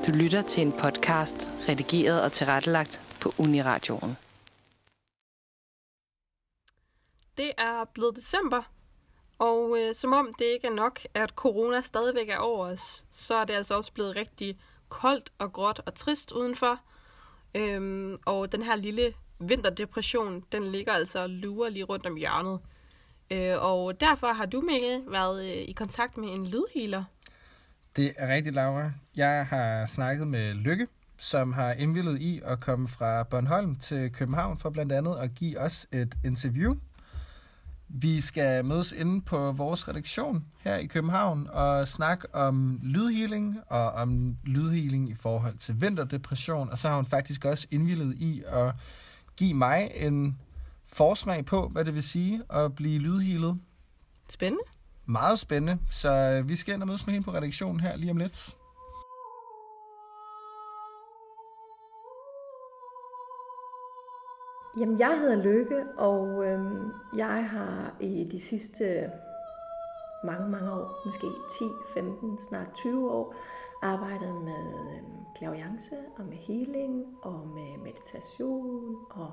Du lytter til en podcast, redigeret og tilrettelagt på Uniradioen. Det er blevet december, og som om det ikke er nok, at corona stadigvæk er over os, så er det altså også blevet rigtig koldt og gråt og trist udenfor. Og den her lille vinterdepression, den ligger altså og lurer lige rundt om hjørnet. Og derfor har du, Mikkel, været i kontakt med en lydhealer. Det er rigtigt, Laura. Jeg har snakket med Lykke, som har indvilliget i at komme fra Bornholm til København for blandt andet at give os et interview. Vi skal mødes inde på vores redaktion her i København og snakke om lydhealing og om lydhealing i forhold til vinterdepression. Og så har hun faktisk også indvilliget i at give mig en forsmag på, hvad det vil sige at blive lydhealet. Spændende. Meget spændende, så vi skal ind og mødes med hende på redaktionen her lige om lidt. Jamen, jeg hedder Lykke, og jeg har i de sidste mange år, måske 10, 15, snart 20 år, arbejdet med clairvoyance og med healing og med meditation og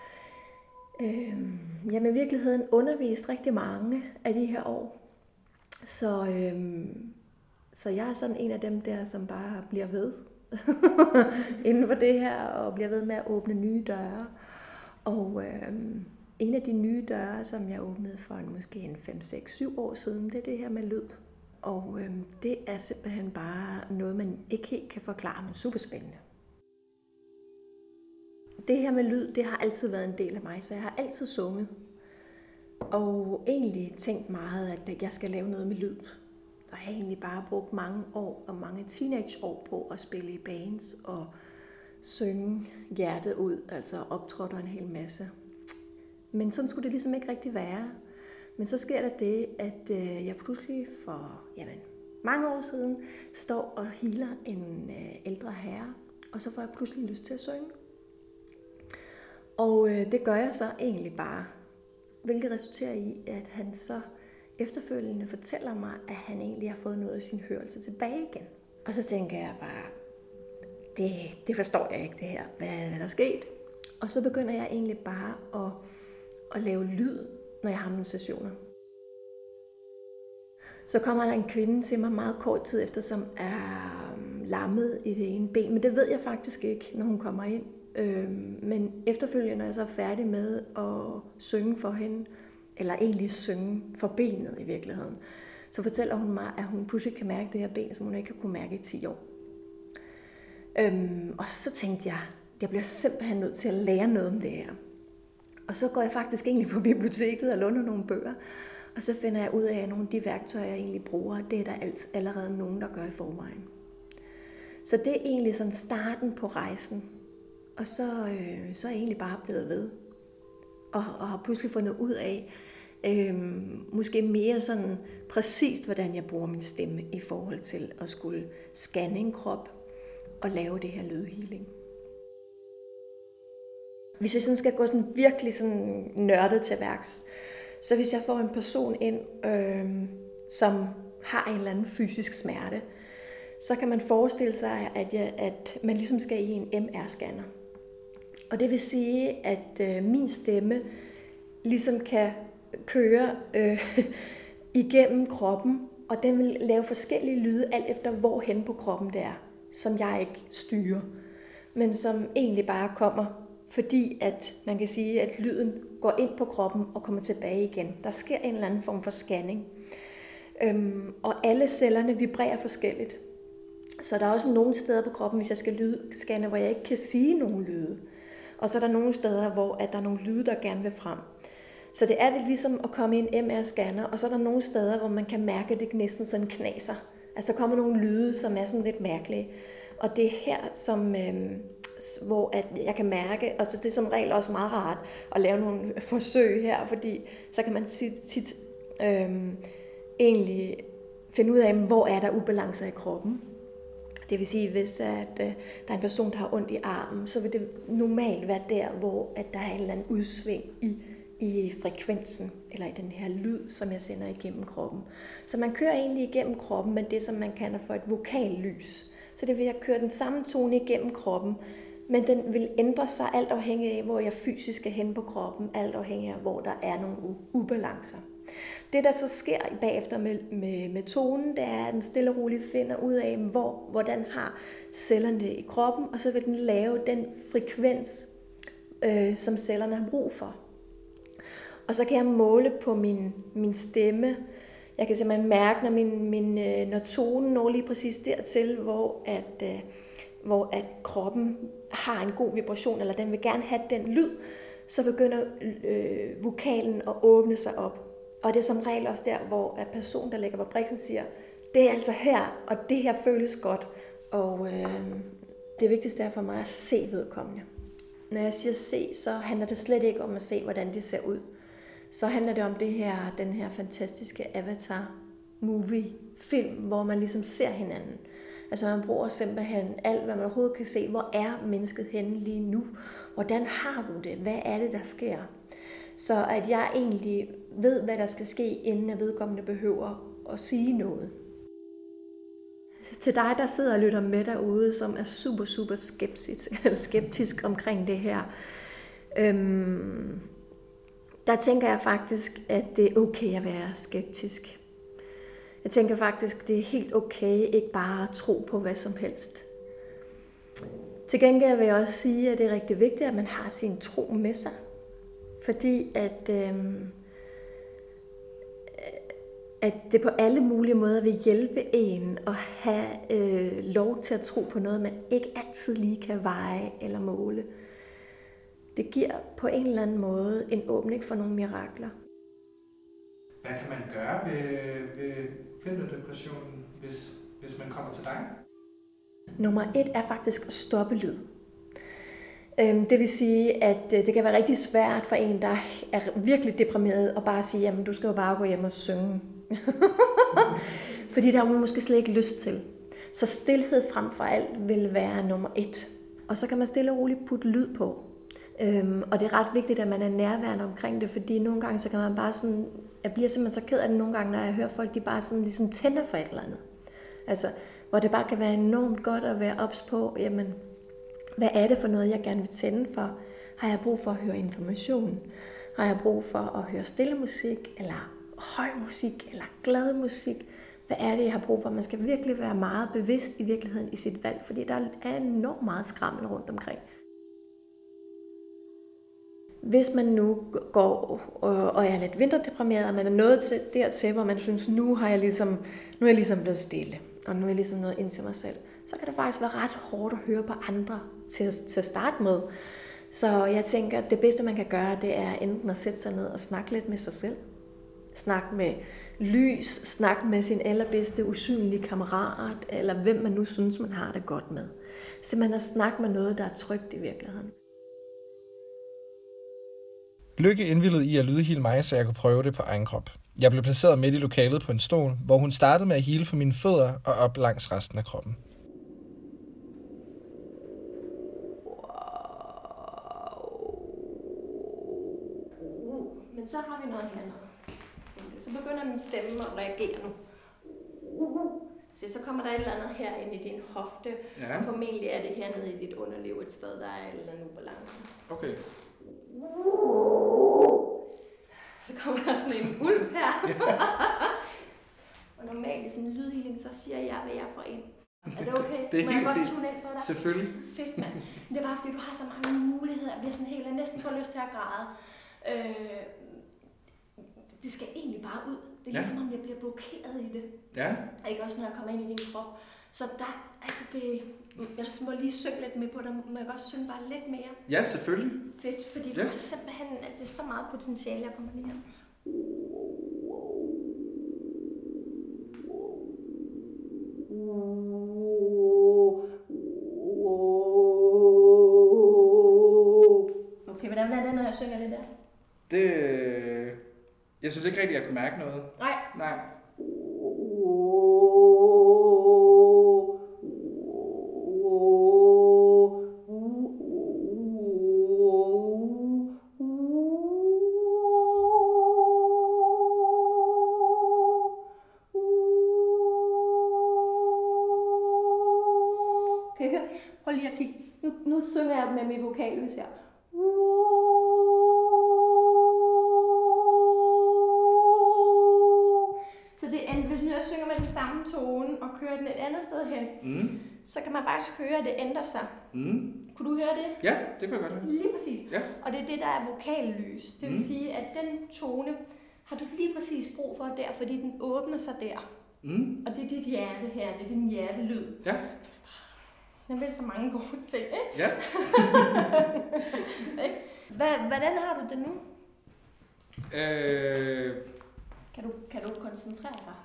i virkeligheden undervist rigtig mange af de her år. Så jeg er sådan en af dem der, som bare bliver ved inden for det her og bliver ved med at åbne nye døre. Og en af de nye døre, som jeg åbnede for måske en 5, 6, 7 år siden, det er det her med lyd. Og det er simpelthen bare noget, man ikke helt kan forklare, men super spændende. Det her med lyd, det har altid været en del af mig, så jeg har altid sunget. Og egentlig tænkt meget, at jeg skal lave noget med lyd. Så jeg har egentlig bare brugt mange år og mange teenageår på at spille i bands og synge hjertet ud, altså optrådte en hel masse. Men sådan skulle det ligesom ikke rigtig være. Men så sker der det, at jeg pludselig for mange år siden står og healer en ældre herre, og så får jeg pludselig lyst til at synge. Og det gør jeg så egentlig bare, hvilket resulterer i, at han så efterfølgende fortæller mig, at han egentlig har fået noget af sin hørelse tilbage igen. Og så tænker jeg bare, det forstår jeg ikke det her. Hvad er der sket? Og så begynder jeg egentlig bare at lave lyd, når jeg har mine sessioner. Så kommer der en kvinde til mig meget kort tid efter, som er lammet i det ene ben. Men det ved jeg faktisk ikke, når hun kommer ind. Men efterfølgende, når jeg så er færdig med at synge for hende, eller egentlig synge for benet i virkeligheden, så fortæller hun mig, at hun pludselig kan mærke det her ben, som hun ikke har kunnet mærke i 10 år. Og så tænkte jeg bliver simpelthen nødt til at lære noget om det her. Og så går jeg faktisk egentlig på biblioteket og låner nogle bøger, og så finder jeg ud af, at nogle af de værktøjer, jeg egentlig bruger, det er der allerede nogen, der gør i forvejen. Så det er egentlig sådan starten på rejsen. Og så er jeg egentlig bare blevet ved. Og har pludselig fundet ud af, måske mere sådan præcist, hvordan jeg bruger min stemme i forhold til at skulle scanne en krop og lave det her lydhealing. Hvis jeg sådan skal gå sådan virkelig sådan nørdet til værks, så hvis jeg får en person ind, som har en eller anden fysisk smerte, så kan man forestille sig, at man ligesom skal i en MR-scanner. Og det vil sige, at min stemme ligesom kan køre igennem kroppen, og den vil lave forskellige lyde, alt efter hvorhen på kroppen det er, som jeg ikke styrer, men som egentlig bare kommer, fordi at man kan sige, at lyden går ind på kroppen og kommer tilbage igen. Der sker en eller anden form for scanning. Og alle cellerne vibrerer forskelligt. Så der er også nogle steder på kroppen, hvis jeg skal lydscanne, hvor jeg ikke kan sige nogen lyde. Og så er der nogle steder, hvor at der er nogle lyde, der gerne vil frem. Så det er lidt ligesom at komme i en MR-scanner, og så er der nogle steder, hvor man kan mærke, at det næsten sådan knaser. Altså der kommer nogle lyde, som er sådan lidt mærkelige. Og det er her, hvor at jeg kan mærke, og så det er som regel også meget rart at lave nogle forsøg her, fordi så kan man tit egentlig finde ud af, hvor er der ubalancer i kroppen. Det vil sige, hvis at, der er en person, der har ondt i armen, så vil det normalt være der, hvor at der er en eller anden udsving i frekvensen, eller i den her lyd, som jeg sender igennem kroppen. Så man kører egentlig igennem kroppen med det, som man kalder for et vokallys. Så det vil jeg køre den samme tone igennem kroppen, men den vil ændre sig alt afhængig af, hvor jeg fysisk er hen på kroppen, alt afhængig af, hvor der er nogle ubalancer. Det, der så sker bagefter med tonen, det er, at den stille og roligt finder ud af, hvordan har cellerne i kroppen, og så vil den lave den frekvens, som cellerne har brug for. Og så kan jeg måle på min stemme. Jeg kan simpelthen mærke, når tonen når lige præcis dertil, hvor at kroppen har en god vibration, eller den vil gerne have den lyd, så begynder vokalen at åbne sig op. Og det er som regel også der, hvor at personen, der ligger på briksen, siger, det er altså her, og det her føles godt. Og det vigtigste er for mig at se vedkommende. Når jeg siger se, så handler det slet ikke om at se, hvordan det ser ud. Så handler det om den her fantastiske Avatar-movie-film, hvor man ligesom ser hinanden. Altså man bruger simpelthen alt, hvad man overhovedet kan se. Hvor er mennesket henne lige nu? Hvordan har du det? Hvad er det, der sker? Så at jeg egentlig ved, hvad der skal ske, inden jeg vedkommende behøver at sige noget. Til dig, der sidder og lytter med derude, som er super, super skeptisk omkring det her, der tænker jeg faktisk, at det er okay at være skeptisk. Jeg tænker faktisk, det er helt okay ikke bare at tro på hvad som helst. Til gengæld vil jeg også sige, at det er rigtig vigtigt, at man har sin tro med sig. Fordi at det på alle mulige måder vil hjælpe en at have lov til at tro på noget, man ikke altid lige kan veje eller måle. Det giver på en eller anden måde en åbning for nogle mirakler. Hvad kan man gøre ved vinterdepressionen, hvis man kommer til dig? Nummer 1 er faktisk at stoppe lyd. Det vil sige, at det kan være rigtig svært for en, der er virkelig deprimeret, at bare sige, jamen du skal jo bare gå hjem og synge. Fordi der har man måske slet ikke lyst til. Så stilhed frem for alt vil være nummer 1. Og så kan man stille og roligt putte lyd på. Og det er ret vigtigt, at man er nærværende omkring det, fordi nogle gange så kan man bare sådan, jeg bliver simpelthen så ked af det nogle gange, når jeg hører folk, de bare sådan ligesom tænder for et eller andet. Altså, hvor det bare kan være enormt godt at være ops på, jamen, hvad er det for noget, jeg gerne vil tænde for? Har jeg brug for at høre information? Har jeg brug for at høre stille musik, eller høj musik, eller glad musik? Hvad er det, jeg har brug for? Man skal virkelig være meget bevidst i virkeligheden i sit valg, fordi der er enormt meget skrammel rundt omkring. Hvis man nu går og er lidt vinterdeprimeret, og man er nået dertil, hvor man synes, nu er jeg ligesom blevet stille, og nu er jeg ligesom nået ind til mig selv, så kan det faktisk være ret hårdt at høre på andre til at starte med. Så jeg tænker, at det bedste, man kan gøre, det er enten at sætte sig ned og snakke lidt med sig selv. Snak med lys, snak med sin allerbedste usynlige kammerat, eller hvem man nu synes, man har det godt med. Simpelthen at snakke med noget, der er trygt i virkeligheden. Lykke indvillede i at lydheale mig, så jeg kunne prøve det på egen krop. Jeg blev placeret midt i lokalet på en stol, hvor hun startede med at heale for mine fødder og op langs resten af kroppen. Men så har vi noget hernede. Så begynder min stemme at reagere nu. Så kommer der et eller andet herinde i din hofte, ja. Og formentlig er det hernede i dit underliv et sted, der er et eller andet ubalance. Okay. Så kommer der sådan en ulv her. Og normalt i sådan en lydhealing, så siger jeg, hvad jeg får ind. Er det okay? Det er må helt jeg fint. Godt tune ind på dig? Selvfølgelig. Fedt, mand. Det er bare fordi, du har så mange muligheder. Jeg bliver sådan helt, jeg næsten får lyst til at græde. Det skal egentlig bare ud. Det er ligesom om, jeg bliver blokeret i det. Ja. Ikke også, når jeg kommer ind i din krop. Så der, altså det, jeg må lige synge lidt med på dig. Må jeg godt synge bare lidt mere? Ja, selvfølgelig. Fedt, fordi du har simpelthen så meget potentiale, jeg kommer lige her. Okay, hvordan er det, når jeg synger det der? Jeg synes ikke rigtigt, jeg kunne mærke noget. Nej. Prøv lige at kigge. Nu synger jeg med mit vokallys her. Så hvis jeg synger med den samme tone og kører den et andet sted hen, så kan man faktisk høre, at det ændrer sig. Kunne du høre det? Ja, det kan jeg godt høre. Lige præcis. Ja. Og det er det, der er vokallys. Det vil sige, at den tone har du lige præcis brug for der, fordi den åbner sig der. Og det er dit hjerte her, det er din hjertelyd. Ja. Den vil så mange gode ting, ikke? Ja. Hvordan har du det nu? Kan du koncentrere dig?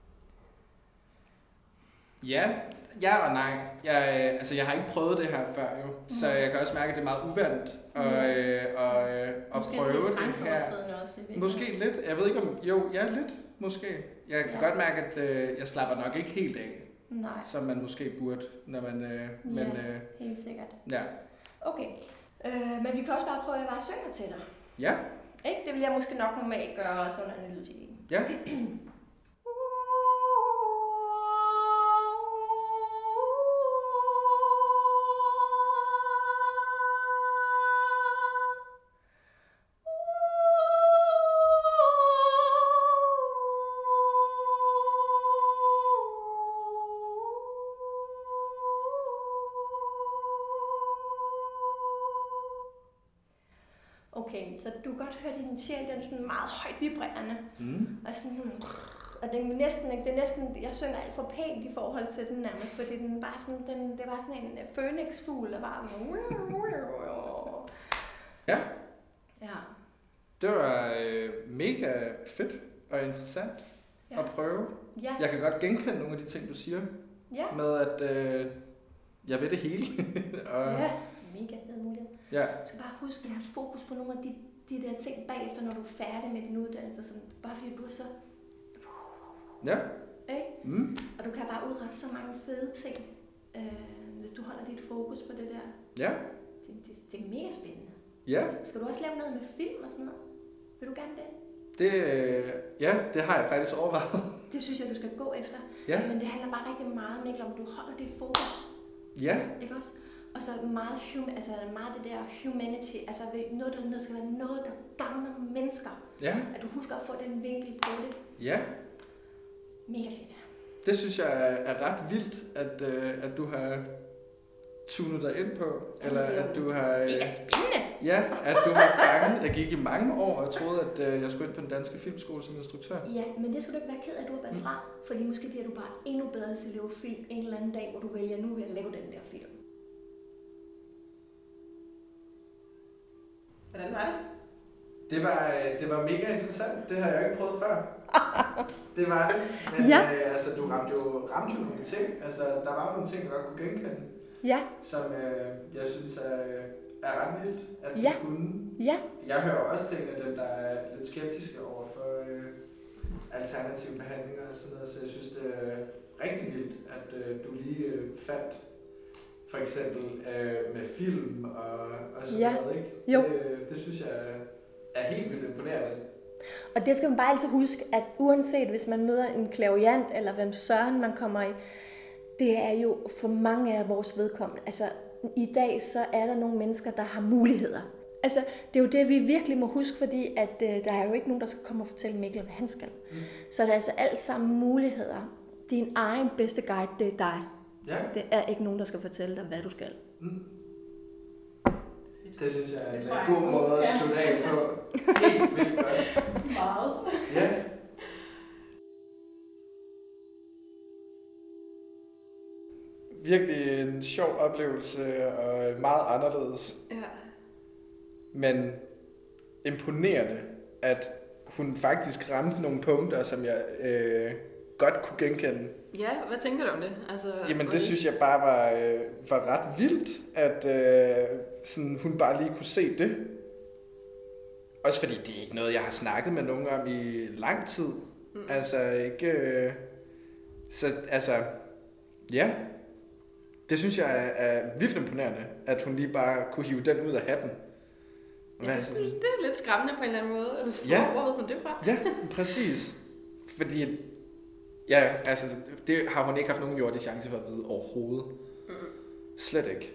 Ja og nej. Jeg har ikke prøvet det her før jo, så jeg kan også mærke, at det er meget uvant at prøve det her. Også, måske lidt. Jeg ved ikke om... Jo, ja, lidt måske. Jeg kan godt mærke, at jeg slapper nok ikke helt af. Nej. Som man måske burde, når man... helt sikkert. Ja. Okay. Men vi kan også bare prøve at bare synge til dig. Ja. Ikke? Det vil jeg måske nok normalt gøre også under en lydteknik. Ja. Okay, så du kan godt høre, at din sjæl den er sådan meget højt vibrerende. Og sådan, og det er næsten, jeg synger alt for pænt i forhold til den nærmest, fordi den bare sådan, det var sådan en fønixfugl, der bare... Ja. Ja. Det var mega fedt og interessant at prøve. Ja. Jeg kan godt genkende nogle af de ting, du siger. Ja. Med at jeg ved det hele. Og ja, mega fed mulighed. Ja. Du skal bare huske at have fokus på nogle af de der ting bagefter, når du er færdig med din uddannelse. Sådan, bare fordi du er så... Ja. Ikke? Og du kan bare udrette så mange fede ting, hvis du holder dit fokus på det der. Ja. Det er mega spændende. Ja. Skal du også lave noget med film og sådan noget? Vil du gerne det? Det har jeg faktisk overvejet. Det synes jeg, du skal gå efter. Ja. Men det handler bare rigtig meget, Mikkel, om, at du holder dit fokus. Ja. Ikke også? Og så meget det der humanity, altså noget, der skal være noget, der gavner mennesker. Ja. At du husker at få den vinkel på det. Ja. Mega fedt. Det synes jeg er ret vildt, at du har tunet dig ind på. Eller at du har... Det er spændende! Ja, at du har fanget. Jeg gik i mange år og troede, at jeg skulle ind på den danske filmskole som instruktør. Ja, men det skulle du ikke være ked af, at du har valgt fra. Fordi måske bliver du bare endnu bedre til at lave film en eller anden dag, hvor du vælger nu ved at lave den der film. Hvordan var det? Det var mega interessant. Det har jeg ikke prøvet før. Det var det. Men du ramte jo nogle ting. Altså, der var nogle ting, jeg godt kunne genkende. Ja. Som jeg synes er ret vildt, at du kunne. Ja. Jeg hører også ting af dem, der er lidt skeptiske over for alternative behandlinger og sådan noget. Så jeg synes, det er rigtig vildt, at du lige fandt for eksempel med film og sådan noget, ikke? Jo. Det synes jeg er helt vildt imponerende. Og det skal man bare altid huske, at uanset hvis man møder en clairvoyant, eller hvem søren man kommer i, det er jo for mange af vores vedkommende. Altså i dag så er der nogle mennesker, der har muligheder. Altså det er jo det, vi virkelig må huske, fordi at der er jo ikke nogen, der skal komme og fortælle Mikkel, hvad han skal. Så det er altså alt sammen muligheder. Din egen bedste guide, det er dig. Ja. Det er ikke nogen, der skal fortælle dig, hvad du skal. Det synes jeg er en god måde at slutte af på. Helt vildt godt. Meget. Ja. Virkelig en sjov oplevelse og meget anderledes. Ja. Men imponerende, at hun faktisk ramte nogle punkter, som jeg godt kunne genkende. Ja, hvad tænker du om det? Altså, jamen det synes jeg bare var ret vildt, at sådan, hun bare lige kunne se det. Også fordi det er ikke noget, jeg har snakket med nogen om i lang tid. Altså ikke... så altså, ja. Det synes jeg er vildt imponerende, at hun lige bare kunne hive den ud af hatten. Ja, det er lidt skræmmende på en eller anden måde. Altså, hvor ved hun det fra? Ja, præcis. Fordi, ja, altså, det har hun ikke haft nogen jordisk chance for at vide overhovedet. Slet ikke.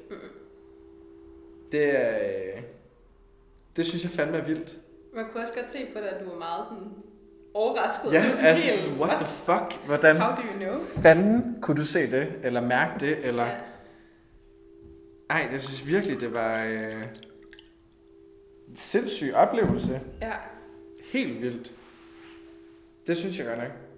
Det synes jeg fandme er vildt. Man kunne også godt se på dig, at du var meget sådan overrasket. Ja, altså helt, what the fuck? Hvordan how do you know? fanden kunne du se det? Eller mærke det? Eller... Ja. Ej, det synes virkelig, det var en sindssyg oplevelse. Ja. Helt vildt. Det synes jeg godt nok.